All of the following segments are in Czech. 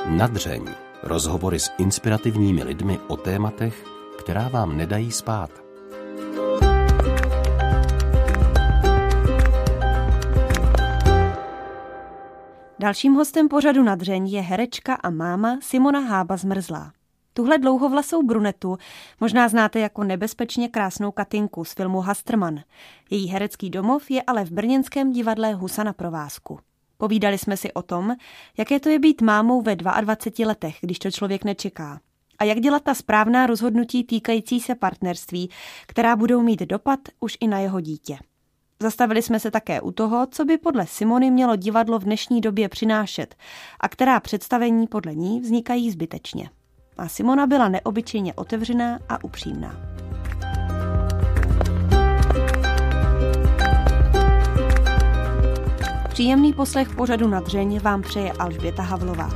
Nadřeň. Rozhovory s inspirativními lidmi o tématech, která vám nedají spát. Dalším hostem pořadu Nadřeň je herečka a máma Simona Hába-Zmrzlá. Tuhle dlouhovlasou brunetu možná znáte jako nebezpečně krásnou Katinku z filmu Hastrman. Její herecký domov je ale v brněnském divadle Husa na provázku. Povídali jsme si o tom, jaké to je být mámou ve 22 letech, když to člověk nečeká. A jak dělat ta správná rozhodnutí týkající se partnerství, která budou mít dopad už i na jeho dítě. Zastavili jsme se také u toho, co by podle Simony mělo divadlo v dnešní době přinášet a která představení podle ní vznikají zbytečně. A Simona byla neobyčejně otevřená a upřímná. Příjemný poslech pořadu Nadřeň vám přeje Alžběta Havlová.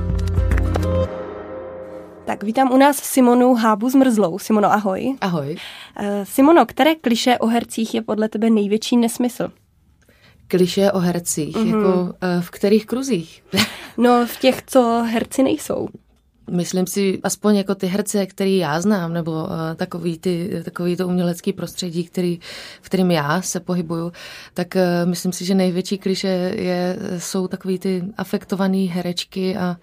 Tak vítám u nás Simonu Hábu-Zmrzlou. Simono, ahoj. Ahoj. Simono, které klišé o hercích je podle tebe největší nesmysl? Klišé o hercích, jako v kterých kruzích? No, v těch, co herci nejsou. Myslím si, aspoň jako ty herce, který já znám, nebo takový to umělecký prostředí, v kterým já se pohybuju, tak myslím si, že největší klišé jsou takový ty afektovaný herečky a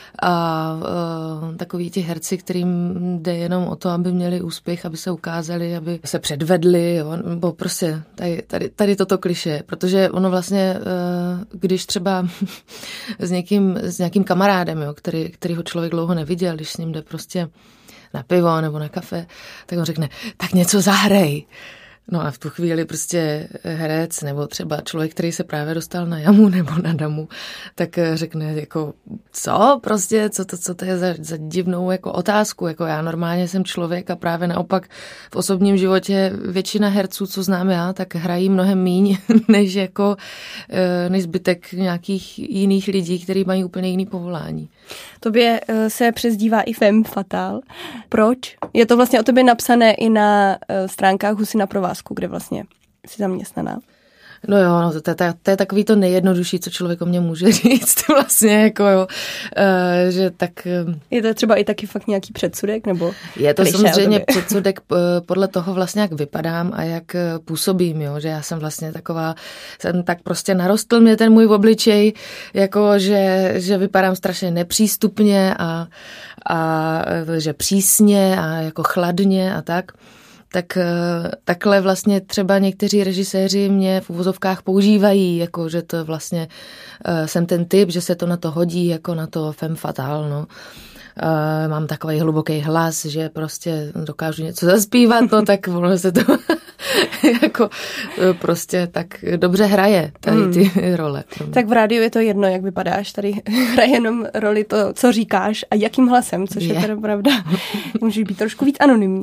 takový ti herci, kterým jde jenom o to, aby měli úspěch, aby se ukázali, aby se předvedli, jo, nebo prostě tady toto klišé, protože ono vlastně, když třeba s nějakým kamarádem, jo, kterýho člověk dlouho neviděl, když s ním jde prostě na pivo nebo na kafe, tak on řekne, tak něco zahrej. No a v tu chvíli prostě herec nebo třeba člověk, který se právě dostal na jamu nebo na damu, tak řekne jako, co prostě, co to je za divnou jako otázku, jako já normálně jsem člověk a právě naopak v osobním životě většina herců, co znám já, tak hrají mnohem míň, než zbytek nějakých jiných lidí, kteří mají úplně jiný povolání. Tobě se přezdívá i femme fatale. Proč? Je to vlastně o tobě napsané i na stránkách Husy na provázku, kde vlastně jsi zaměstnaná. No jo, no, to je takový to nejjednodušší, co člověk o mě může říct vlastně, jako jo, že tak... Je to třeba i taky fakt nějaký předsudek, nebo... Je to samozřejmě předsudek podle toho vlastně, jak vypadám a jak působím, jo, že já jsem vlastně jsem tak prostě narostl mě ten můj obličej, jako že vypadám strašně nepřístupně a že přísně a jako chladně a tak. Tak takhle vlastně třeba někteří režiséři mě v uvozovkách používají, jako že to vlastně jsem ten typ, že se to na to hodí, jako na to femme fatale, no. Mám takový hluboký hlas, že prostě dokážu něco zaspívat, no tak ono se to jako prostě tak dobře hraje tady ty role. Tak v rádiu je to jedno, jak vypadáš, tady hraje jenom roli to, co říkáš a jakým hlasem, což je teda pravda. Můžeš být trošku víc anonymní.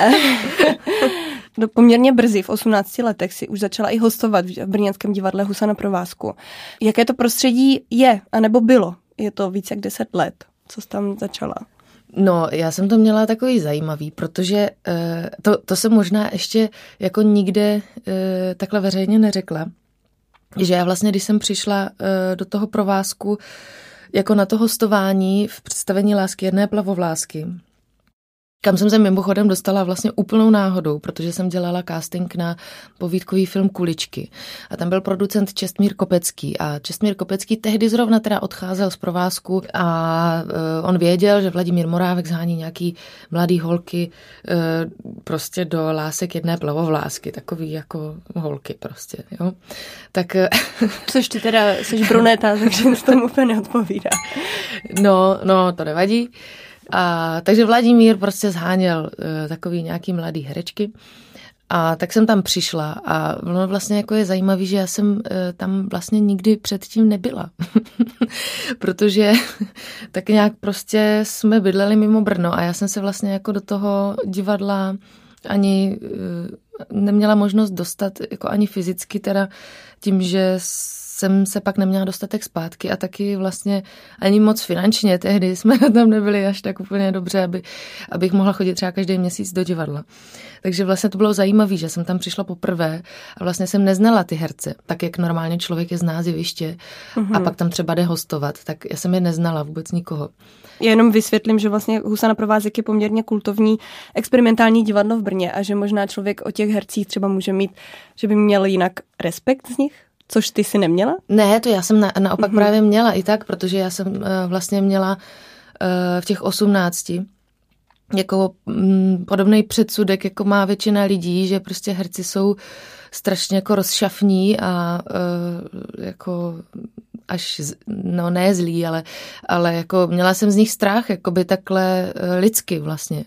Poměrně brzy, v 18 letech, si už začala i hostovat v brněnském divadle Husa na provázku. Jaké to prostředí je, anebo bylo? Je to víc jak 10 let. Co jsi tam začala? No, já jsem to měla takový zajímavý, protože to jsem možná ještě jako nikde takhle veřejně neřekla, že já vlastně, když jsem přišla do toho provázku jako na to hostování v představení Lásky jedné plavovlásky, kam jsem se mimochodem dostala vlastně úplnou náhodou, protože jsem dělala casting na povídkový film Kuličky. A tam byl producent Čestmír Kopecký. A Čestmír Kopecký tehdy zrovna teda odcházel z provázku a on věděl, že Vladimír Morávek zhání nějaký mladý holky prostě do Lásek jedné plavovlásky. Takový jako holky prostě, jo. Tak... Což ty teda jsi bruneta, takže to tomu úplně neodpovídá. No, to nevadí. Takže Vladimír prostě zháněl takový nějaký mladý herečky a tak jsem tam přišla a ono vlastně jako je zajímavý, že já jsem tam vlastně nikdy předtím nebyla, protože tak nějak prostě jsme bydleli mimo Brno a já jsem se vlastně jako do toho divadla ani neměla možnost dostat jako ani fyzicky teda tím, že jsem se pak neměla dostatek zpátky a taky vlastně ani moc finančně. Tehdy jsme tam nebyli až tak úplně dobře, abych mohla chodit třeba každý měsíc do divadla. Takže vlastně to bylo zajímavé, že jsem tam přišla poprvé a vlastně jsem neznala ty herce, tak jak normálně člověk je zná z jeviště a pak tam třeba jde hostovat, tak já jsem je neznala vůbec nikoho. Já jenom vysvětlím, že vlastně Husa na provázek je poměrně kultovní experimentální divadlo v Brně a že možná člověk o těch hercích třeba může mít, že by měl jinak respekt z nich, což ty si neměla? Ne, to já jsem naopak právě měla i tak, protože já jsem vlastně měla v těch 18 jako podobný předsudek, jako má většina lidí, že prostě herci jsou strašně jako rozšafní a jako až, no ne zlý, ale jako měla jsem z nich strach, jakoby takhle lidsky vlastně.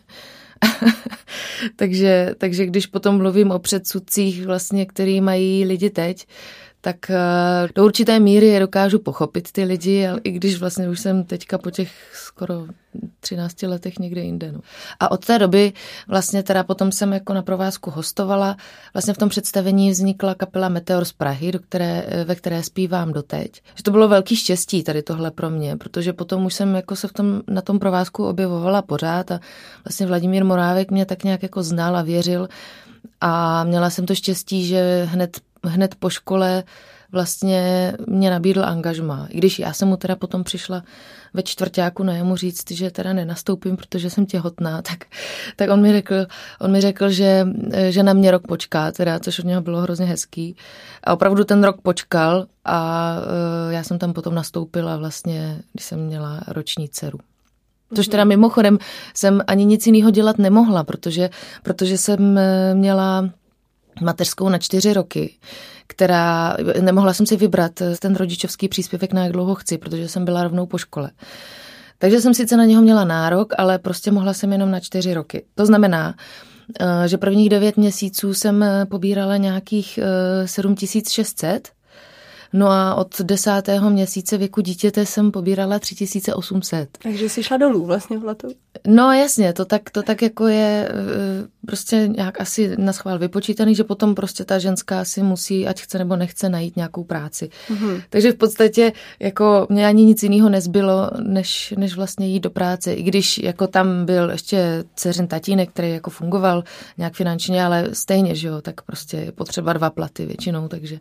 takže když potom mluvím o předsudcích vlastně, který mají lidi teď, tak do určité míry je dokážu pochopit ty lidi, ale i když vlastně už jsem teďka po těch skoro 13 letech někde jinde. No. A od té doby vlastně teda potom jsem jako na provázku hostovala. Vlastně v tom představení vznikla kapela Meteor z Prahy, ve které zpívám doteď. Že to bylo velký štěstí tady tohle pro mě, protože potom už jsem jako se na tom provázku objevovala pořád a vlastně Vladimír Morávek mě tak nějak jako znal a věřil a měla jsem to štěstí, že hned po škole vlastně mě nabídl angažmá. I když já jsem mu teda potom přišla ve čtvrťáku na jemu říct, že teda nenastoupím, protože jsem těhotná, tak on mi řekl, že na mě rok počká, teda, což od něho bylo hrozně hezký. A opravdu ten rok počkal a já jsem tam potom nastoupila vlastně, když jsem měla roční dceru. Což teda mimochodem jsem ani nic jiného dělat nemohla, protože jsem měla mateřskou na 4 roky, která nemohla jsem si vybrat ten rodičovský příspěvek na jak dlouho chci, protože jsem byla rovnou po škole. Takže jsem sice na něho měla nárok, ale prostě mohla jsem jenom na 4 roky. To znamená, že prvních 9 měsíců jsem pobírala nějakých 7600, no a od 10. měsíce věku dítěte jsem pobírala 3800. Takže jsi šla dolů vlastně v platu? No jasně, to tak jako je prostě nějak asi naschvál vypočítaný, že potom prostě ta ženská si musí, ať chce nebo nechce, najít nějakou práci. Takže v podstatě jako mě ani nic jiného nezbylo, než vlastně jít do práce. I když jako tam byl ještě dceřin tatínek, který jako fungoval nějak finančně, ale stejně, že jo, tak prostě je potřeba 2 platy většinou, takže...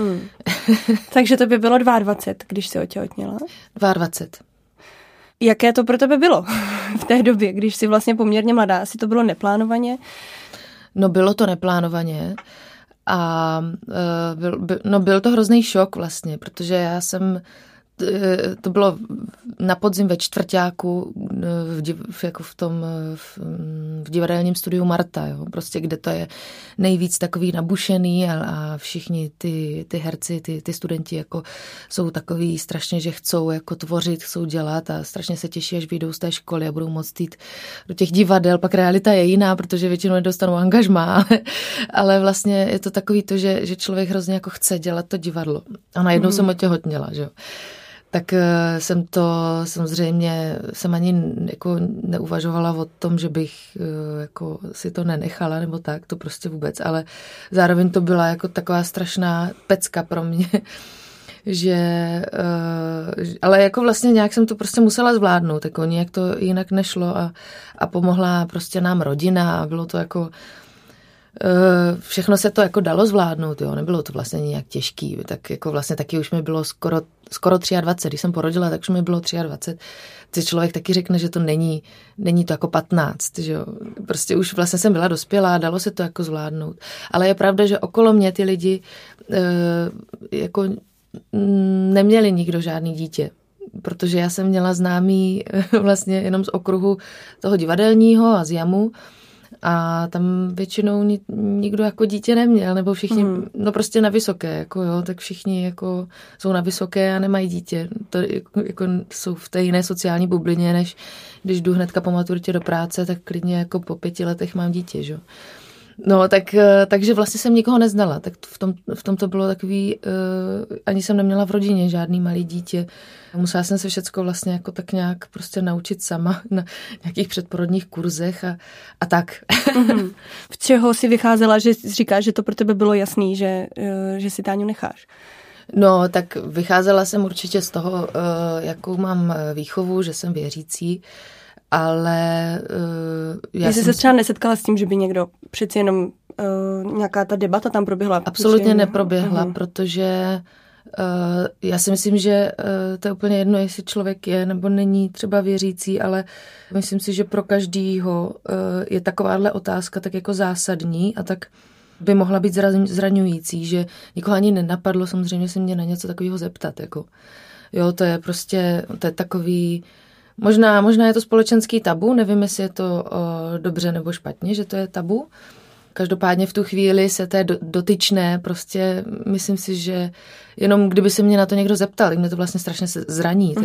Takže to by bylo 22, když jsi otěhotněla? 22. Jaké to pro tebe bylo v té době, když jsi vlastně poměrně mladá? Asi to bylo neplánovaně? No bylo to neplánovaně a byl to hrozný šok vlastně, protože já jsem, to bylo na podzim ve čtvrťáku v divadelním studiu Marta, jo, prostě kde to je nejvíc takový nabušený a všichni ty herci, ty studenti jako jsou takový strašně, že chcou jako tvořit, chcou dělat a strašně se těší, až vyjdou z té školy a budou moct jít do těch divadel. Pak realita je jiná, protože většinou nedostanou angažmá, ale vlastně je to takový to, že člověk hrozně jako chce dělat to divadlo. A najednou jsem otěhotněla, že jo. Tak jsem ani jako neuvažovala o tom, že bych jako si to nenechala nebo tak, to prostě vůbec, ale zároveň to byla jako taková strašná pecka pro mě, ale jako vlastně nějak jsem to prostě musela zvládnout, jako nějak to jinak nešlo a pomohla prostě nám rodina a bylo to jako všechno se to jako dalo zvládnout, jo, nebylo to vlastně nějak těžký, tak jako vlastně taky už mi bylo skoro 23, když jsem porodila, tak už mi bylo 23. Ty člověk taky řekne, že to není to jako 15, že jo, prostě už vlastně jsem byla dospělá, dalo se to jako zvládnout, ale je pravda, že okolo mě ty lidi jako neměli nikdo žádný dítě, protože já jsem měla známý vlastně jenom z okruhu toho divadelního a z jamu, a tam většinou nikdo jako dítě neměl, nebo všichni, no prostě na vysoké, jako jo, tak všichni jako jsou na vysoké a nemají dítě. To jako jsou v té jiné sociální bublině, než když jdu hnedka po maturitě do práce, tak klidně jako po 5 letech mám dítě, že jo. No, takže vlastně jsem nikoho neznala, tak v tom to bylo takový, ani jsem neměla v rodině žádný malý dítě. Musela jsem se všecko vlastně jako tak nějak prostě naučit sama na nějakých předporodních kurzech a tak. V čeho jsi vycházela, že říkáš, že to pro tebe bylo jasný, že si Táňu necháš? No, tak vycházela jsem určitě z toho, jakou mám výchovu, že jsem věřící, ale Jestli se třeba nesetkala s tím, že by někdo přeci jenom nějaká ta debata tam proběhla? Absolutně neproběhla, protože já si myslím, že to je úplně jedno, jestli člověk je nebo není třeba věřící, ale myslím si, že pro každýho je takováhle otázka tak jako zásadní a tak by mohla být zraňující, že nikoho ani nenapadlo samozřejmě se mě na něco takového zeptat. Jako. Jo, to je prostě, to je takový, možná je to společenský tabu, nevím, jestli je to dobře nebo špatně, že to je tabu. Každopádně v tu chvíli se té dotyčné prostě, myslím si, že jenom kdyby se mě na to někdo zeptal, mě to vlastně strašně zraní,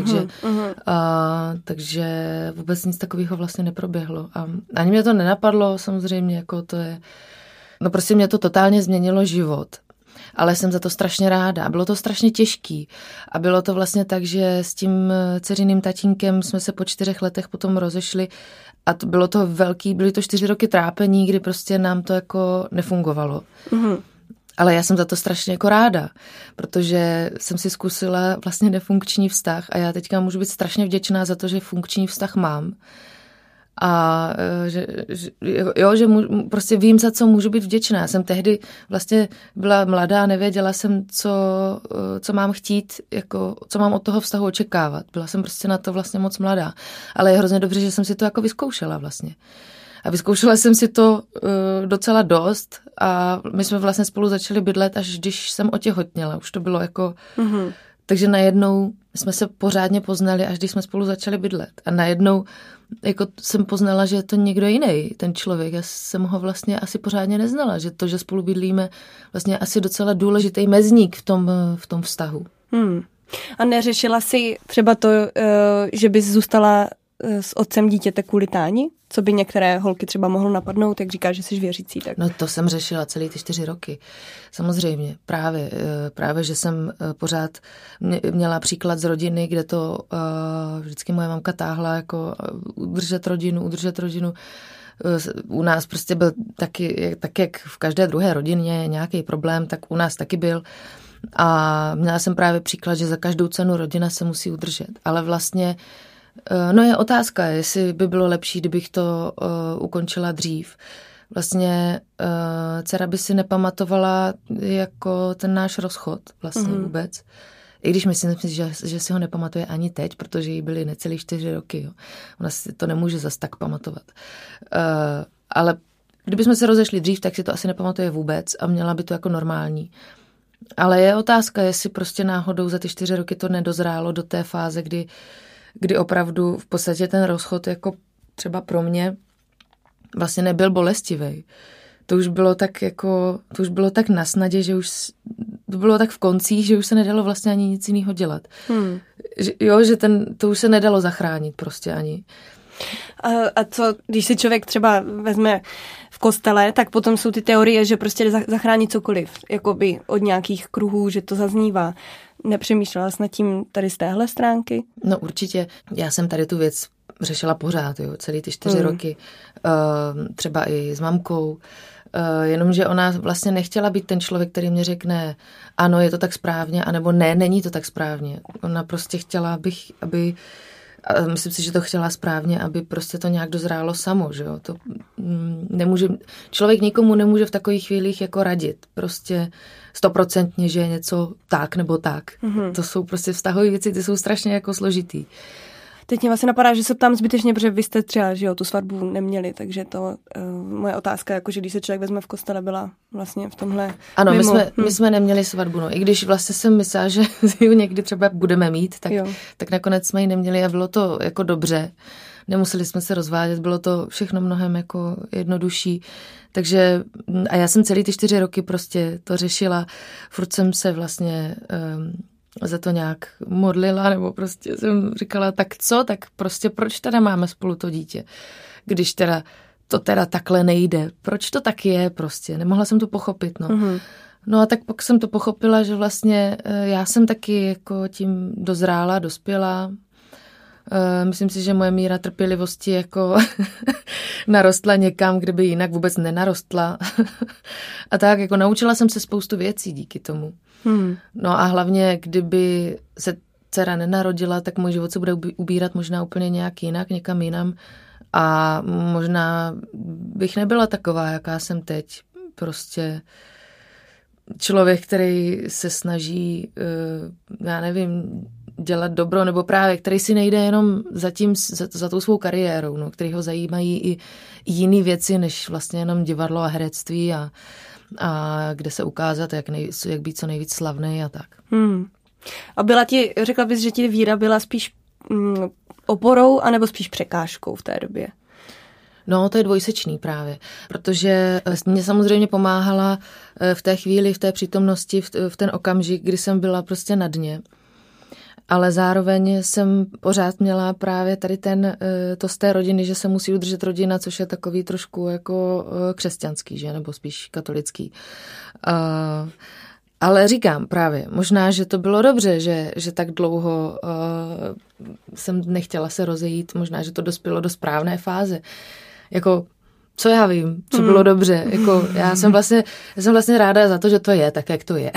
takže vůbec nic takového vlastně neproběhlo. A ani mě to nenapadlo, samozřejmě, jako to je, no prostě mě to totálně změnilo život. Ale jsem za to strašně ráda. A bylo to strašně těžký. A bylo to vlastně tak, že s tím dceřiným tatínkem jsme se po 4 letech potom rozešli a byly to 4 roky trápení, kdy prostě nám to jako nefungovalo. Mm-hmm. Ale já jsem za to strašně jako ráda, protože jsem si zkusila vlastně nefunkční vztah a já teďka můžu být strašně vděčná za to, že funkční vztah mám. A že prostě vím, za co můžu být vděčná. Já jsem tehdy vlastně byla mladá, nevěděla jsem, co mám chtít, jako, co mám od toho vztahu očekávat. Byla jsem prostě na to vlastně moc mladá. Ale je hrozně dobře, že jsem si to jako vyzkoušela vlastně. A vyzkoušela jsem si to docela dost a my jsme vlastně spolu začali bydlet, až když jsem otěhotněla. Už to bylo jako... Mm-hmm. Takže najednou jsme se pořádně poznali, až když jsme spolu začali bydlet. A najednou jako jsem poznala, že je to někdo jiný, ten člověk. Já jsem ho vlastně asi pořádně neznala, že to, že spolu bydlíme, vlastně asi docela důležitý mezník v tom vztahu. A neřešila si třeba to, že bys zůstala s otcem dítěte kvůli Táni? Co by některé holky třeba mohlo napadnout, jak říkáš, že jsi věřící? Tak. No to jsem řešila celý ty 4 roky. Samozřejmě. Právě, že jsem pořád měla příklad z rodiny, kde to vždycky moje mamka táhla jako udržet rodinu. U nás prostě byl taky, tak jak v každé druhé rodině nějaký problém, tak u nás taky byl. A měla jsem právě příklad, že za každou cenu rodina se musí udržet. Ale vlastně no je otázka, jestli by bylo lepší, kdybych to ukončila dřív. Vlastně dcera by si nepamatovala jako ten náš rozchod vlastně vůbec. I když myslím si, že si ho nepamatuje ani teď, protože jí byly necelý 4 roky. Jo. Ona si to nemůže zas tak pamatovat. Ale kdybychom se rozešli dřív, tak si to asi nepamatuje vůbec a měla by to jako normální. Ale je otázka, jestli prostě náhodou za ty 4 roky to nedozrálo do té fáze, kdy opravdu v podstatě ten rozchod jako třeba pro mě vlastně nebyl bolestivý. To už bylo tak na snadě, že už to bylo tak v koncích, že už se nedalo vlastně ani nic jiného dělat. Že to už se nedalo zachránit prostě ani. A co, když si člověk třeba vezme v kostele, tak potom jsou ty teorie, že prostě jde zachránit cokoliv, jakoby od nějakých kruhů, že to zaznívá. Nepřemýšlela jsi nad tím tady z téhle stránky? No určitě. Já jsem tady tu věc řešila pořád, jo, celý ty 4 roky. Třeba i s mamkou. Jenomže ona vlastně nechtěla být ten člověk, který mě řekne, ano, je to tak správně, anebo ne, není to tak správně. Ona prostě chtěla, aby a myslím si, že to chtěla správně, aby prostě to nějak dozrálo samo, že jo. To nemůže, člověk nikomu nemůže v takových chvílích jako radit. Prostě 100%, že je něco tak nebo tak. Mm-hmm. To jsou prostě vztahové věci, ty jsou strašně jako složitý. Teď mě vlastně napadá, že se ptám zbytečně, protože vy jste třeba, že jo, tu svatbu neměli, takže to moje otázka, jako že když se člověk vezme v kostele, byla vlastně v tomhle. Ano, my jsme neměli svatbu, no. I když vlastně jsem myslela, že ji někdy třeba budeme mít, tak nakonec jsme ji neměli a bylo to jako dobře. Nemuseli jsme se rozvádět, bylo to všechno mnohem jako jednodušší. Takže a já jsem celý ty 4 roky prostě to řešila. Furt jsem se vlastně za to nějak modlila, nebo prostě jsem říkala, tak co, tak prostě proč teda máme spolu to dítě, když teda to teda takhle nejde, proč to tak je prostě, nemohla jsem to pochopit, no. Mm-hmm. No a tak pak jsem to pochopila, že vlastně já jsem taky jako tím dozrála, dospěla, Myslím si, že moje míra trpělivosti jako narostla někam, kde by jinak vůbec nenarostla. A tak, jako naučila jsem se spoustu věcí díky tomu. No a hlavně, kdyby se dcera nenarodila, tak můj život se bude ubírat možná úplně nějak jinak, někam jinam. A možná bych nebyla taková, jaká jsem teď. Prostě člověk, který se snaží, já nevím, dělat dobro, nebo právě, který si nejde jenom za tou svou kariérou, no, který ho zajímají i jiný věci, než vlastně jenom divadlo a herectví a kde se ukázat, jak být co nejvíc slavný a tak. A řekla bys, že ti víra byla spíš oporou, anebo spíš překážkou v té době? No, to je dvojsečný právě, protože mě samozřejmě pomáhala v té chvíli, v té přítomnosti, v ten okamžik, kdy jsem byla prostě na dně. Ale zároveň jsem pořád měla právě tady to z té rodiny, že se musí udržet rodina, což je takový trošku jako křesťanský, že? Nebo spíš katolický. Ale říkám právě, možná, že to bylo dobře, že tak dlouho jsem nechtěla se rozejít, možná, že to dospělo do správné fáze. Jako, co já vím, co bylo dobře. Jako, já jsem vlastně ráda za to, že to je tak, jak to je.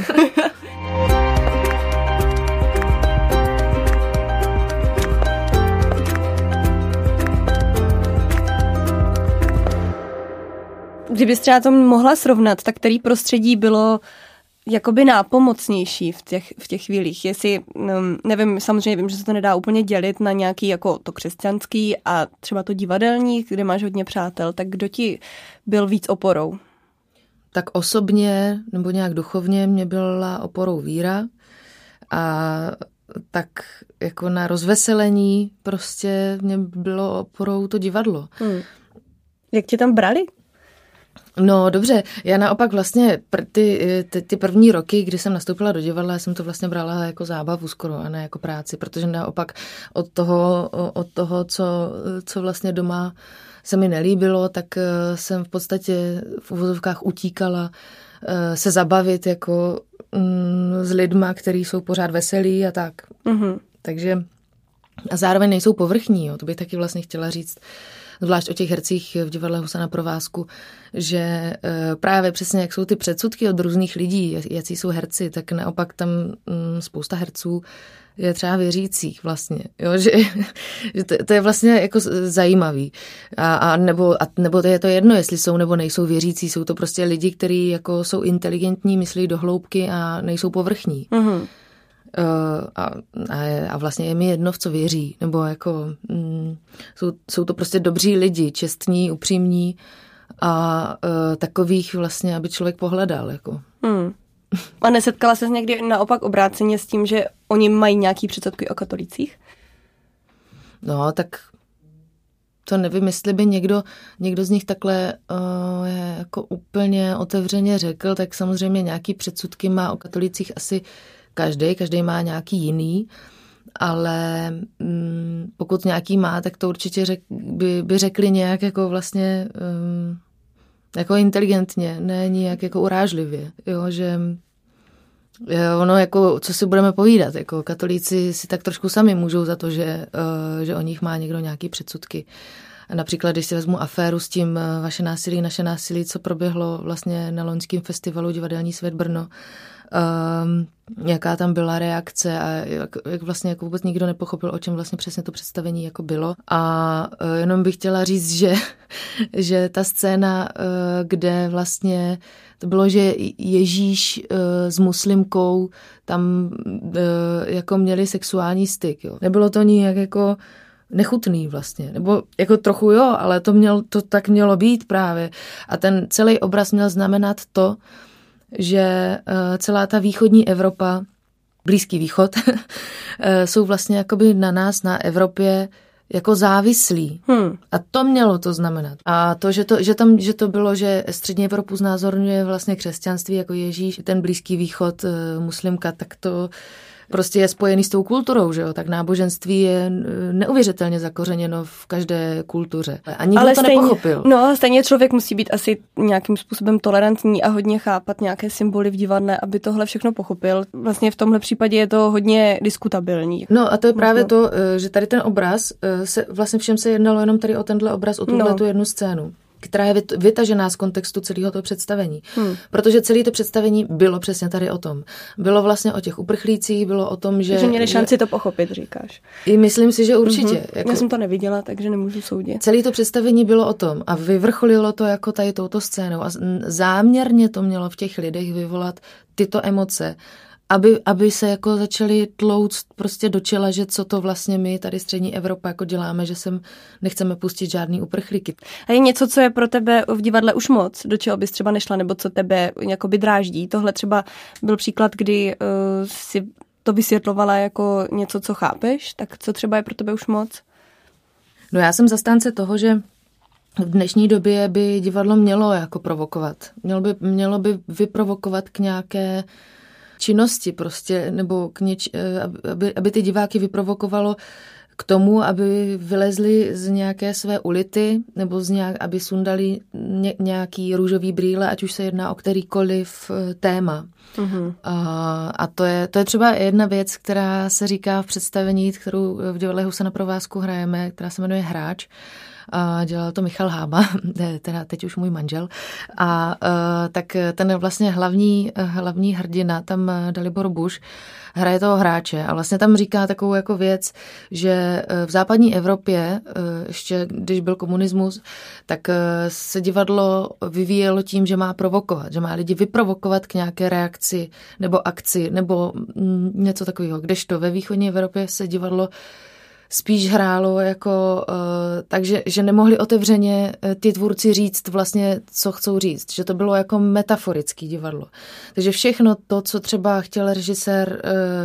Kdybys třeba to mohla srovnat, tak který prostředí bylo jakoby nápomocnější v těch chvílích. Jestli, nevím, samozřejmě vím, že se to nedá úplně dělit na nějaký jako to křesťanský a třeba to divadelní, kde máš hodně přátel, tak kdo ti byl víc oporou? Tak osobně nebo nějak duchovně mě byla oporou víra a tak jako na rozveselení prostě mě bylo oporou to divadlo. Jak tě tam brali? No dobře, já naopak vlastně ty první roky, kdy jsem nastoupila do divadla, jsem to vlastně brala jako zábavu skoro a ne jako práci, protože naopak od toho, co vlastně doma se mi nelíbilo, tak jsem v podstatě v uvozovkách utíkala se zabavit jako s lidma, kteří jsou pořád veselí a tak. Takže a zároveň nejsou povrchní, jo, to bych taky vlastně chtěla říct. Zvlášť o těch hercích v divadle Husa na provázku, že právě přesně jak jsou ty předsudky od různých lidí, jací jsou herci, tak naopak tam spousta herců je třeba věřících vlastně, jo? Že to je vlastně jako zajímavý. Nebo to je to jedno, jestli jsou nebo nejsou věřící, jsou to prostě lidi, kteří jako jsou inteligentní, myslí do hloubky a nejsou povrchní. A vlastně je mi jedno, v co věří, nebo jako jsou to prostě dobří lidi, čestní, upřímní a takových vlastně, aby člověk pohledal. Jako. A nesetkala ses někdy naopak obráceně s tím, že oni mají nějaký předsudky o katolicích? No, tak to nevím, jestli by někdo z nich takhle jako úplně otevřeně řekl, tak samozřejmě nějaký předsudky má o katolicích asi každý má nějaký jiný, ale pokud nějaký má, tak to určitě by řekli nějak jako vlastně jako inteligentně, ne nějak jako urážlivě, jo, že ono jako, co si budeme povídat, jako katolíci si tak trošku sami můžou za to, že o nich má někdo nějaký předsudky. A například, když si vezmu aféru s tím Vaše násilí, naše násilí, co proběhlo vlastně na loňském festivalu Divadelní svět Brno, jaká tam byla reakce a jak vlastně jako vůbec nikdo nepochopil, o čem vlastně přesně to představení jako bylo. A jenom bych chtěla říct, že ta scéna, kde vlastně to bylo, že Ježíš s muslimkou tam jako měli sexuální styk. Jo. Nebylo to nijak jako nechutný vlastně, nebo jako trochu jo, ale to tak mělo být právě. A ten celý obraz měl znamenat to, že celá ta východní Evropa, Blízký východ, jsou vlastně jakoby na nás, na Evropě, jako závislí. A to mělo to znamenat. A to, že to bylo, že střední Evropu znázorňuje vlastně křesťanství jako Ježíš, ten Blízký východ, muslimka, tak to prostě je spojený s tou kulturou, že jo, tak náboženství je neuvěřitelně zakořeněno v každé kultuře. A nikdo to nepochopil. No, stejně člověk musí být asi nějakým způsobem tolerantní a hodně chápat nějaké symboly v divadle, aby tohle všechno pochopil. Vlastně v tomhle případě je to hodně diskutabilní. No a to je právě to, že tady ten obraz, vlastně všem se jednalo jenom tady o tenhle obraz, o tu jednu scénu, která je vytažená z kontextu celého toho představení. Protože celé to představení bylo přesně tady o tom. Bylo vlastně o těch uprchlících, bylo o tom, že měli šanci to pochopit, říkáš. I myslím si, že určitě. Já jsem to neviděla, takže nemůžu soudit. Celé to představení bylo o tom a vyvrcholilo to jako tady touto scénou a záměrně to mělo v těch lidech vyvolat tyto emoce, aby se jako začali tlouct prostě do čela, že co to vlastně my tady střední Evropa jako děláme, že sem nechceme pustit žádný uprchlíky. A je něco, co je pro tebe v divadle už moc, do čeho bys třeba nešla, nebo co tebe jakoby dráždí? Tohle třeba byl příklad, kdy si to vysvětlovala jako něco, co chápeš, tak co třeba je pro tebe už moc? No já jsem zastánce toho, že v dnešní době by divadlo mělo jako provokovat. Mělo by vyprovokovat k nějaké činnosti prostě, nebo aby ty diváky vyprovokovalo k tomu, aby vylezli z nějaké své ulity, nebo aby sundali nějaký růžový brýle, ať už se jedná o kterýkoliv téma. A to je třeba jedna věc, která se říká v představení, kterou v divadle Husa na provázku hrajeme, která se jmenuje Hráč. A dělal to Michal Hába, teda teď už můj manžel. A tak ten vlastně hlavní hrdina, tam Dalibor Buš, hraje toho hráče a vlastně tam říká takovou jako věc, že v západní Evropě, ještě když byl komunismus, tak se divadlo vyvíjelo tím, že má provokovat, že má lidi vyprovokovat k nějaké reakci nebo akci nebo něco takového. Kdežto ve východní Evropě se divadlo spíš hrálo jako takže, že nemohli otevřeně ty tvůrci říct vlastně, co chcou říct. Že to bylo jako metaforický divadlo. Takže všechno to, co třeba chtěl režisér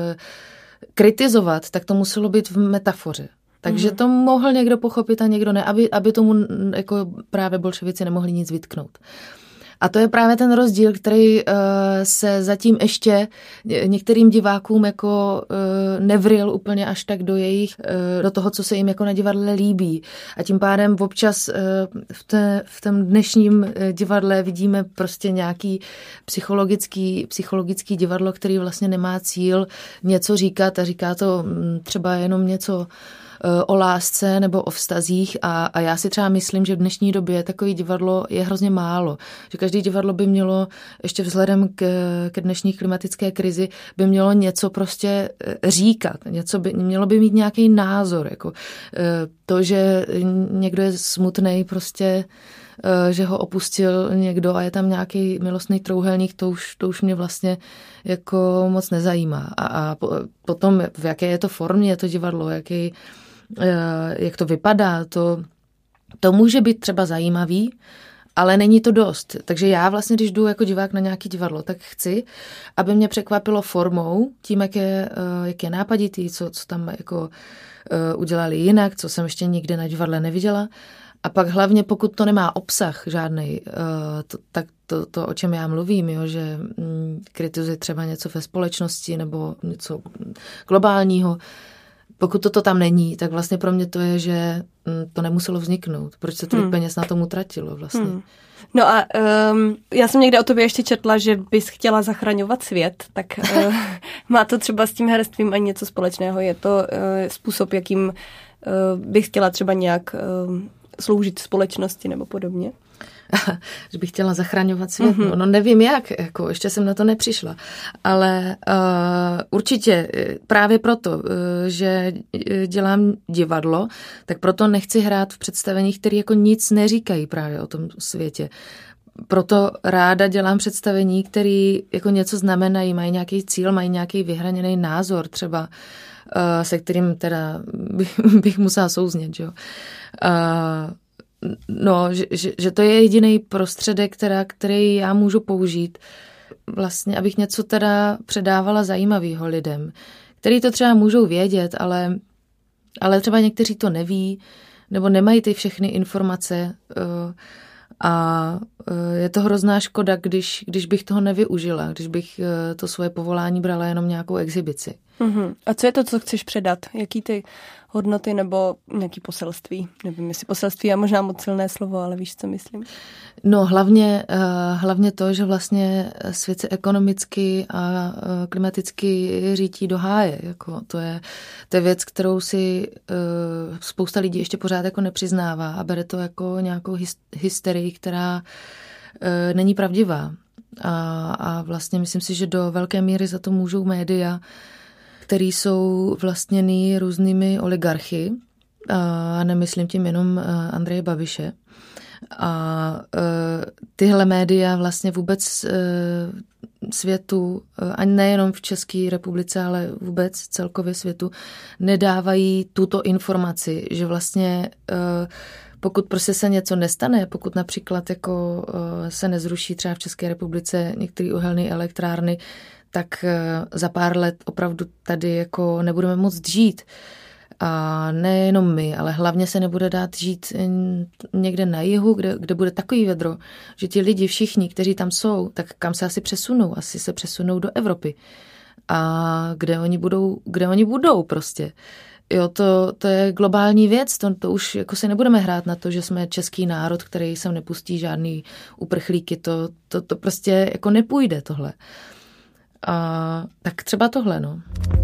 kritizovat, tak to muselo být v metafoře. Takže to mohl někdo pochopit a někdo ne, aby tomu jako právě bolševici nemohli nic vytknout. A to je právě ten rozdíl, který se zatím ještě některým divákům jako nevryl úplně až tak do toho, co se jim jako na divadle líbí. A tím pádem občas v tom dnešním divadle vidíme prostě nějaký psychologický divadlo, který vlastně nemá cíl něco říkat a říká to třeba jenom něco o lásce nebo o vztazích a já si třeba myslím, že v dnešní době takový divadlo je hrozně málo. Že každý divadlo by mělo, ještě vzhledem k dnešní klimatické krizi, by mělo něco prostě říkat. Mělo by mít nějaký názor. Jako to, že někdo je smutnej prostě, že ho opustil někdo a je tam nějaký milostný trouhelník, to už mě vlastně jako moc nezajímá. A potom, v jaké je to formě to divadlo, jak to vypadá, to může být třeba zajímavý, ale není to dost. Takže já vlastně, když jdu jako divák na nějaký divadlo, tak chci, aby mě překvapilo formou, tím, jak je nápaditý, co tam jako udělali jinak, co jsem ještě nikdy na divadle neviděla. A pak hlavně, pokud to nemá obsah žádnej, tak to, o čem já mluvím, jo, že kritizuje třeba něco ve společnosti nebo něco globálního, pokud toto tam není, tak vlastně pro mě to je, že to nemuselo vzniknout. Proč se tolik peněz na tom utratilo vlastně? No a já jsem někde o tobě ještě četla, že bys chtěla zachraňovat svět, tak má to třeba s tím herectvím ani něco společného? Je to způsob, jakým bych chtěla třeba nějak sloužit společnosti nebo podobně? Že bych chtěla zachraňovat svět. No nevím jak, jako ještě jsem na to nepřišla. Ale určitě právě proto, že dělám divadlo, tak proto nechci hrát v představeních, které jako nic neříkají právě o tom světě. Proto ráda dělám představení, které jako něco znamenají, mají nějaký cíl, mají nějaký vyhraněný názor třeba, se kterým teda bych musela souznět, jo. No, že to je jediný prostředek, který já můžu použít, vlastně, abych něco teda předávala zajímavého lidem, který to třeba můžou vědět, ale třeba někteří to neví, nebo nemají ty všechny informace a je to hrozná škoda, když bych toho nevyužila, když bych to svoje povolání brala jenom nějakou exhibici. A co je to, co chceš předat? Jaký ty hodnoty nebo nějaký poselství? Nevím, jestli poselství je možná moc silné slovo, ale víš, co myslím? No hlavně to, že vlastně svět se ekonomicky a klimaticky řítí do háje. Jako to je věc, kterou si spousta lidí ještě pořád jako nepřiznává a bere to jako nějakou hysterii, která není pravdivá. A vlastně myslím si, že do velké míry za to můžou média, který jsou vlastněný různými oligarchy, a nemyslím tím jenom Andreje Babiše. A tyhle média vlastně vůbec světu, a nejenom v České republice, ale vůbec celkově světu, nedávají tuto informaci, že vlastně pokud prostě se něco nestane, pokud například jako se nezruší třeba v České republice některé uhelné elektrárny, tak za pár let opravdu tady jako nebudeme moct žít. A nejenom my, ale hlavně se nebude dát žít někde na jihu, kde bude takový vedro, že ti lidi všichni, kteří tam jsou, tak kam se asi přesunou? Asi se přesunou do Evropy. A kde oni budou prostě. Jo, to je globální věc, to už jako se nebudeme hrát na to, že jsme český národ, který sem nepustí žádný uprchlíky, to prostě jako nepůjde tohle. A tak třeba tohle, no.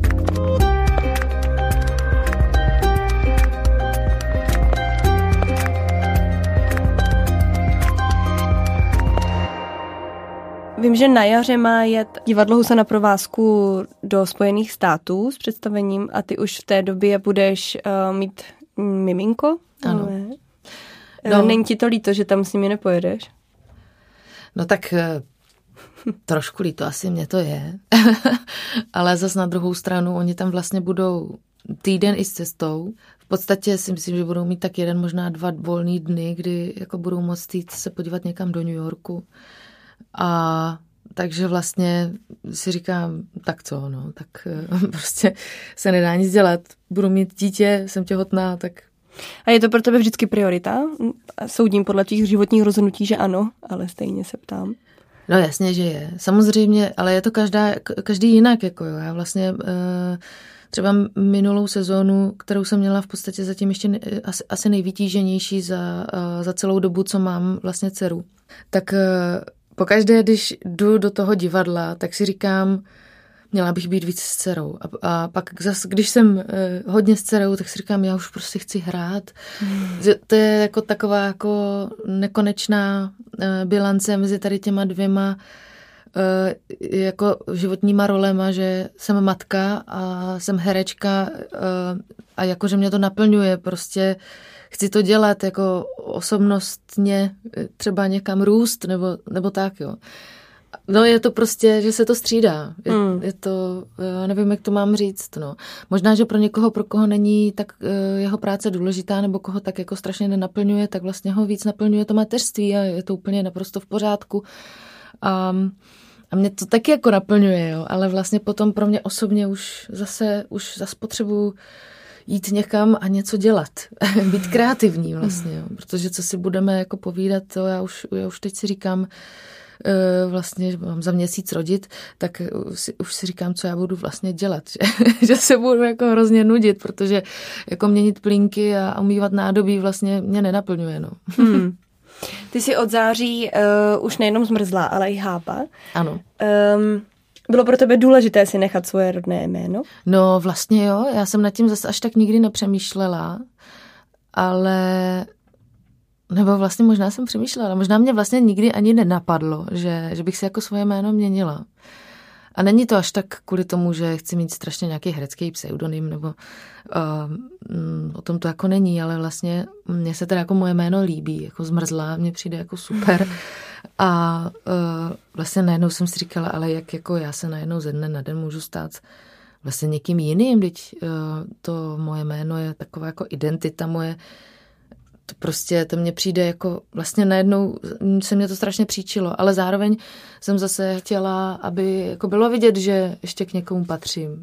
Vím, že na jaře má jet divadlo Husa na provázku do Spojených států s představením a ty už v té době budeš mít miminko? Ano. No. Není ti to líto, že tam s nimi nepojedeš? No tak trošku líto asi mě to je, ale zas na druhou stranu oni tam vlastně budou týden i s cestou. V podstatě si myslím, že budou mít tak 1, možná 2 volný dny, kdy jako budou moct jít se podívat někam do New Yorku. A takže vlastně si říkám, tak co, no, tak prostě se nedá nic dělat. Budu mít dítě, jsem těhotná, tak... A je to pro tebe vždycky priorita? Soudím podle těch životních rozhodnutí, že ano, ale stejně se ptám. No jasně, že je. Samozřejmě, ale je to každý jinak, jako jo. Já vlastně třeba minulou sezónu, kterou jsem měla v podstatě zatím ještě asi nejvytíženější za celou dobu, co mám vlastně dceru, tak... Pokaždé, když jdu do toho divadla, tak si říkám, měla bych být víc s dcerou. A pak zase, když jsem hodně s dcerou, tak si říkám, já už prostě chci hrát. To je jako taková jako nekonečná bilance mezi tady těma 2 jako životníma rolema, že jsem matka a jsem herečka a jakože mě to naplňuje prostě. Chci to dělat jako osobnostně, třeba někam růst, nebo tak, jo. No je to prostě, že se to střídá. Je to, nevím, jak to mám říct, no. Možná, že pro koho není tak jeho práce důležitá, nebo koho tak jako strašně nenaplňuje, tak vlastně ho víc naplňuje to mateřství a je to úplně naprosto v pořádku. A mě to taky jako naplňuje, jo. Ale vlastně potom pro mě osobně už zase potřebuju jít někam a něco dělat. Být kreativní vlastně, jo. Protože co si budeme jako povídat, to já už teď si říkám, vlastně, že mám za měsíc rodit, tak už si říkám, co já budu vlastně dělat. Že se budu jako hrozně nudit, protože jako měnit plínky a umývat nádobí vlastně mě nenaplňuje, no. Ty jsi od září už nejenom zmrzlá, ale i hába. Ano. Bylo pro tebe důležité si nechat svoje rodné jméno? No vlastně jo, já jsem nad tím zase až tak nikdy nepřemýšlela, ale nebo vlastně možná jsem přemýšlela, možná mě vlastně nikdy ani nenapadlo, že bych si jako svoje jméno měnila. A není to až tak kvůli tomu, že chci mít strašně nějaký herecký pseudonym, nebo o tom to jako není, ale vlastně mně se teda jako moje jméno líbí, jako zmrzlá, mně přijde jako super. A vlastně najednou jsem si říkala, ale jak jako já se najednou ze dne na den můžu stát vlastně někým jiným, teď to moje jméno je taková jako identita moje, to prostě, to mně přijde jako, vlastně najednou se mě to strašně příčilo, ale zároveň jsem zase chtěla, aby jako bylo vidět, že ještě k někomu patřím.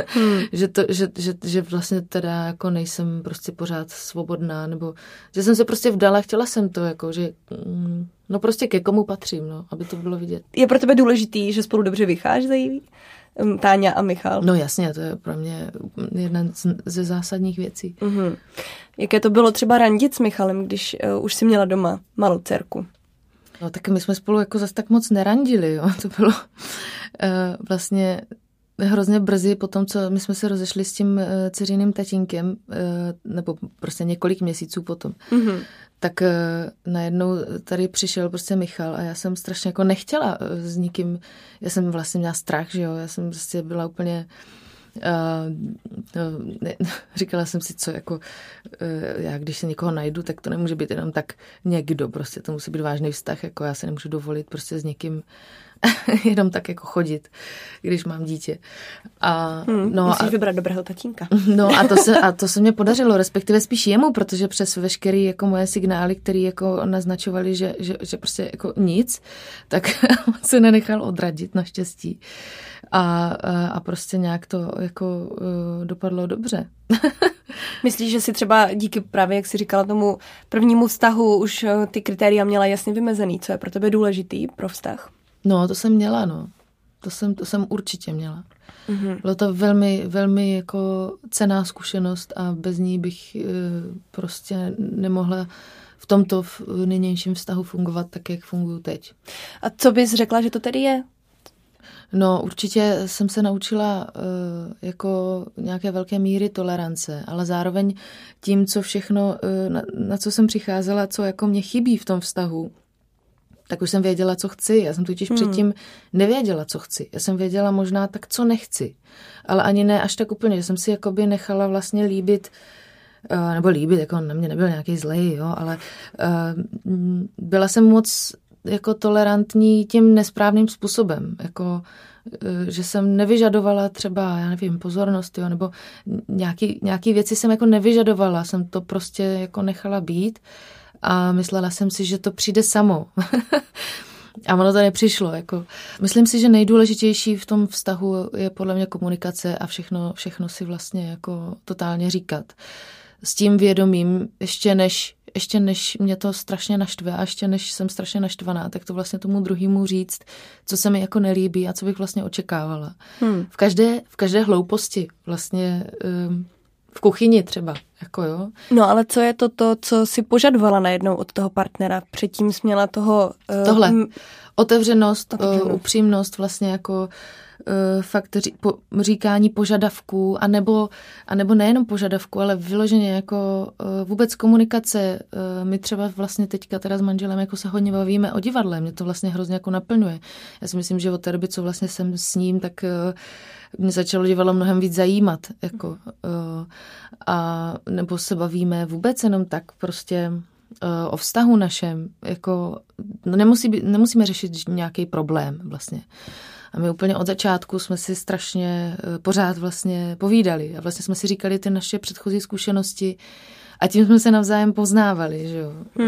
že vlastně teda jako nejsem prostě pořád svobodná, nebo že jsem se prostě vdala, chtěla jsem to, jako, že no prostě ke komu patřím, no, aby to bylo vidět. Je pro tebe důležitý, že spolu dobře vycházejí Táňa a Michal. No jasně, to je pro mě jedna ze zásadních věcí. Mm-hmm. Jaké to bylo třeba randit s Michalem, když už si měla doma malou dcerku? No tak my jsme spolu jako zase tak moc nerandili, jo. To bylo vlastně hrozně brzy po tom, co my jsme se rozešli s tím dceřiným tatínkem, nebo prostě několik měsíců potom. Mm-hmm. Tak najednou tady přišel prostě Michal a já jsem strašně jako nechtěla s nikým, já jsem vlastně měla strach, že jo, já jsem prostě byla úplně, říkala jsem si, co jako, já když se někoho najdu, tak to nemůže být jenom tak někdo, prostě to musí být vážný vztah, jako já se nemůžu dovolit prostě s někým jenom tak jako chodit, když mám dítě. Musíš vybrat dobrého tatínka. No a to se mě podařilo, respektive spíš jemu, protože přes veškerý jako moje signály, které jako naznačovaly, že prostě jako nic, tak se nenechal odradit naštěstí. A prostě nějak to jako dopadlo dobře. Myslíš, že si třeba díky právě, jak jsi říkala, tomu prvnímu vztahu už ty kritéria měla jasně vymezený, co je pro tebe důležitý pro vztah? No, to jsem měla, no. To jsem určitě měla. Mm-hmm. Bylo to velmi, velmi jako cenná zkušenost a bez ní bych prostě nemohla v tomto nynějším vztahu fungovat tak, jak funguju teď. A co bys řekla, že to tedy je? No, určitě jsem se naučila jako nějaké velké míry tolerance, ale zároveň tím, co všechno, na co jsem přicházela, co jako mě chybí v tom vztahu, tak už jsem věděla, co chci. Já jsem totiž předtím nevěděla, co chci. Já jsem věděla možná tak, co nechci. Ale ani ne až tak úplně, že jsem si jakoby nechala vlastně líbit, jako na mě nebyl nějaký zlej, jo, ale byla jsem moc jako tolerantní tím nesprávným způsobem, jako že jsem nevyžadovala třeba, já nevím, pozornost, jo, nebo nějaký věci jsem jako nevyžadovala, jsem to prostě jako nechala být a myslela jsem si, že to přijde samo. A ono to nepřišlo. Jako. Myslím si, že nejdůležitější v tom vztahu je podle mě komunikace a všechno si vlastně jako totálně říkat. S tím vědomím, ještě než mě to strašně naštve a ještě než jsem strašně naštvaná, tak to vlastně tomu druhému říct, co se mi jako nelíbí a co bych vlastně očekávala. V každé hlouposti vlastně v kuchyni třeba, jako jo. No ale co je to, co si požadovala najednou od toho partnera? Předtím jsi měla tohle. Otevřenost, upřímnost, vlastně jako fakt říkání požadavků, anebo nejenom požadavků, ale vyloženě jako vůbec komunikace. My třeba vlastně teďka teda s manželem jako se hodně bavíme o divadle, mě to vlastně hrozně jako naplňuje. Já si myslím, že od té doby, co vlastně jsem s ním, tak mě začalo divadlo mnohem víc zajímat. Jako, a nebo se bavíme vůbec jenom tak prostě o vztahu našem. Jako, nemusíme řešit nějaký problém vlastně. A my úplně od začátku jsme si strašně pořád vlastně povídali a vlastně jsme si říkali ty naše předchozí zkušenosti a tím jsme se navzájem poznávali, že jo.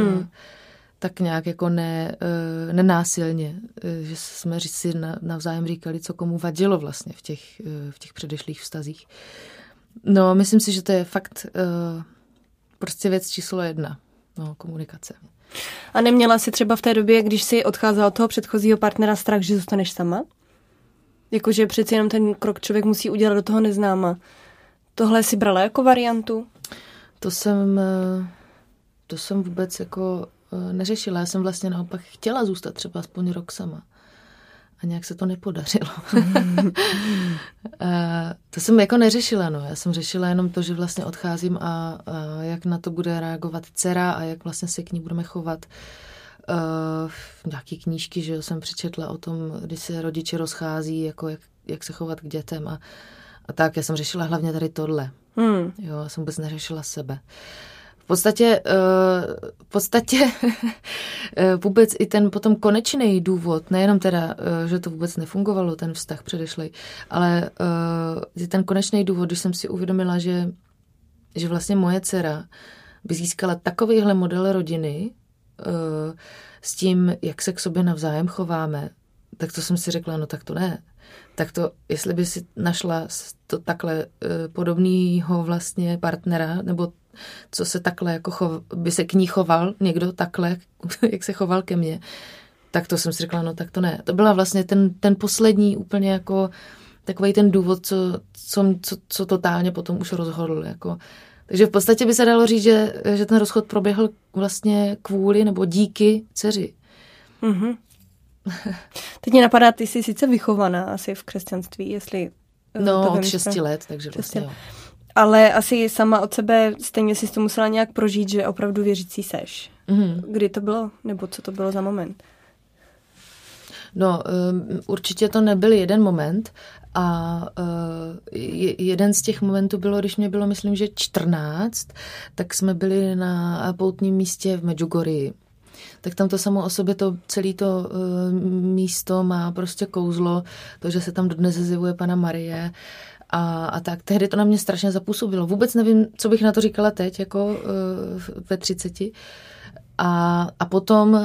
Tak nějak jako nenásilně, že jsme si navzájem říkali, co komu vadilo vlastně v těch předešlých vztazích. No, myslím si, že to je fakt prostě věc číslo 1, no, komunikace. A neměla jsi třeba v té době, když jsi odcházela od toho předchozího partnera, strach, že zůstaneš sama? Jakože přeci jenom ten krok člověk musí udělat do toho neznáma. Tohle si brala jako variantu? To jsem vůbec jako neřešila. Já jsem vlastně naopak chtěla zůstat třeba aspoň rok sama. A nějak se to nepodařilo. To jsem jako neřešila, no. Já jsem řešila jenom to, že vlastně odcházím a jak na to bude reagovat dcera a jak vlastně se k ní budeme chovat. Nějaký knížky, že jsem přečetla o tom, když se rodiče rozchází, jako jak se chovat k dětem a tak. Já jsem řešila hlavně tady tohle. Jo, já jsem vůbec neřešila sebe. V podstatě vůbec i ten potom konečný důvod, nejenom teda, že to vůbec nefungovalo, ten vztah předešlej, ale ten konečný důvod, když jsem si uvědomila, že vlastně moje dcera by získala takovýhle model rodiny s tím, jak se k sobě navzájem chováme, tak to jsem si řekla, no tak to ne. Tak to, jestli by si našla to takhle podobného vlastně partnera, nebo co se takhle jako by se k ní choval někdo takhle, jak se choval ke mně, tak to jsem si řekla, no tak to ne. To byla vlastně ten poslední úplně jako takovej ten důvod, co totálně potom už rozhodl. Jako. Takže v podstatě by se dalo říct, že ten rozchod proběhl vlastně kvůli nebo díky dceři. Mm-hmm. Teď mě napadá, ty jsi sice vychovaná asi v křesťanství, jestli... No, od 6 let, takže vlastně jo. Ale asi sama od sebe stejně jsi to musela nějak prožít, že opravdu věřící seš. Mm-hmm. Kdy to bylo? Nebo co to bylo za moment? No, určitě to nebyl jeden moment a jeden z těch momentů bylo, když mě bylo, myslím, že 14, tak jsme byli na poutním místě v Medjugorji. Tak tam to samo o sobě, celé to místo má prostě kouzlo, to, že se tam dodnes zjevuje Panna Marie a tak. Tehdy to na mě strašně zapůsobilo. Vůbec nevím, co bych na to říkala teď, jako ve 30. A potom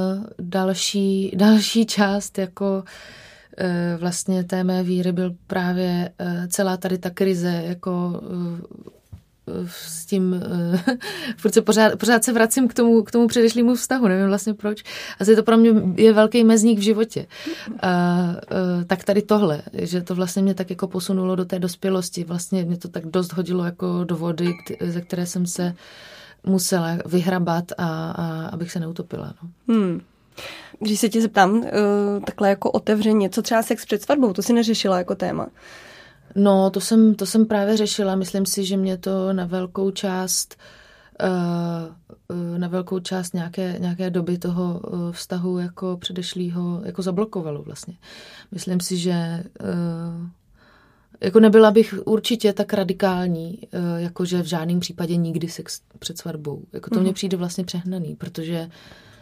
další část jako vlastně té mé víry byl právě celá tady ta krize, jako s tím, pořád se vracím k tomu předešlému vztahu, nevím vlastně proč. Asi to pro mě je velký mezník v životě. Tak tady tohle, že to vlastně mě tak jako posunulo do té dospělosti, vlastně mě to tak dost hodilo jako do vody, ze které jsem se musela vyhrabat a abych se neutopila. No. Když se tě zeptám takhle jako otevřeně, co třeba sex před svatbou, to si neřešila jako téma? No, to jsem právě řešila. Myslím si, že mě to na velkou část nějaké doby toho vztahu jako předešlýho jako zablokovalo vlastně. Myslím si, že jako nebyla bych určitě tak radikální, jakože v žádném případě nikdy sex před svatbou. Jako to mně přijde vlastně přehnaný, protože...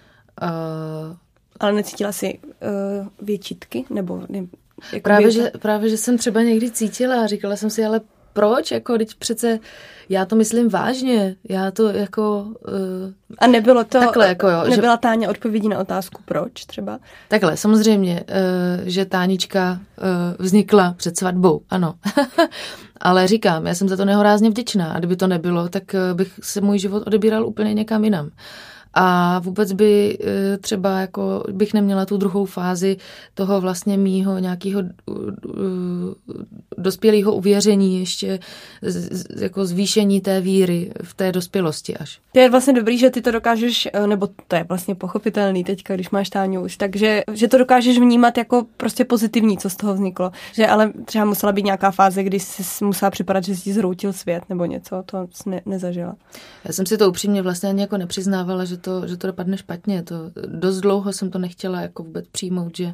Ale necítila jsi větčitky? Nebo... Právě, že jsem třeba někdy cítila a říkala jsem si, ale proč? Jako, teď přece já to myslím vážně. Já to jako... A nebylo to... Takhle, jako jo, nebyla Táňa odpovědí na otázku proč třeba? Takhle, samozřejmě, že Tánička vznikla před svatbou, ano. Ale říkám, já jsem za to nehorázně vděčná a kdyby to nebylo, tak bych se můj život odebíral úplně někam jinam. A vůbec by třeba jako bych neměla tu druhou fázi toho vlastně mýho nějakého dospělého uvěření, ještě jako zvýšení té víry v té dospělosti až. To je vlastně dobrý, že ty to dokážeš, nebo to je vlastně pochopitelný teďka, když máš Táňu už, takže že to dokážeš vnímat jako prostě pozitivní, co z toho vzniklo. Že ale třeba musela být nějaká fáze, kdy jsi musela připadat, že jsi zhroutil svět nebo něco, to jsi nezažila. Já jsem si to upřímně vlastně ani jako nepřiznávala, že to dopadne špatně. Dost dlouho jsem to nechtěla jako vůbec přijmout, že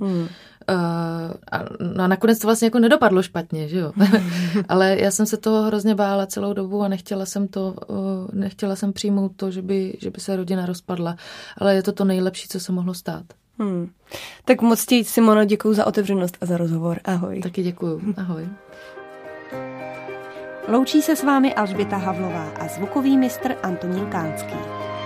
a nakonec to vlastně jako nedopadlo špatně, že jo. Ale já jsem se toho hrozně bála celou dobu a nechtěla jsem přijmout to, že by se rodina rozpadla. Ale je to nejlepší, co se mohlo stát. Tak moc ti, Simono, děkuju za otevřenost a za rozhovor. Ahoj. Taky děkuju. Ahoj. Loučí se s vámi Alžběta Havlová a zvukový mistr Antonín Kánský.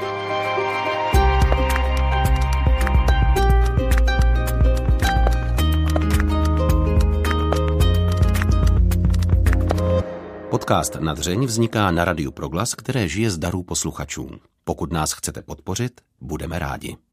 Podcast Na dřeň vzniká na Radiu Proglas, které žije z darů posluchačů. Pokud nás chcete podpořit, budeme rádi.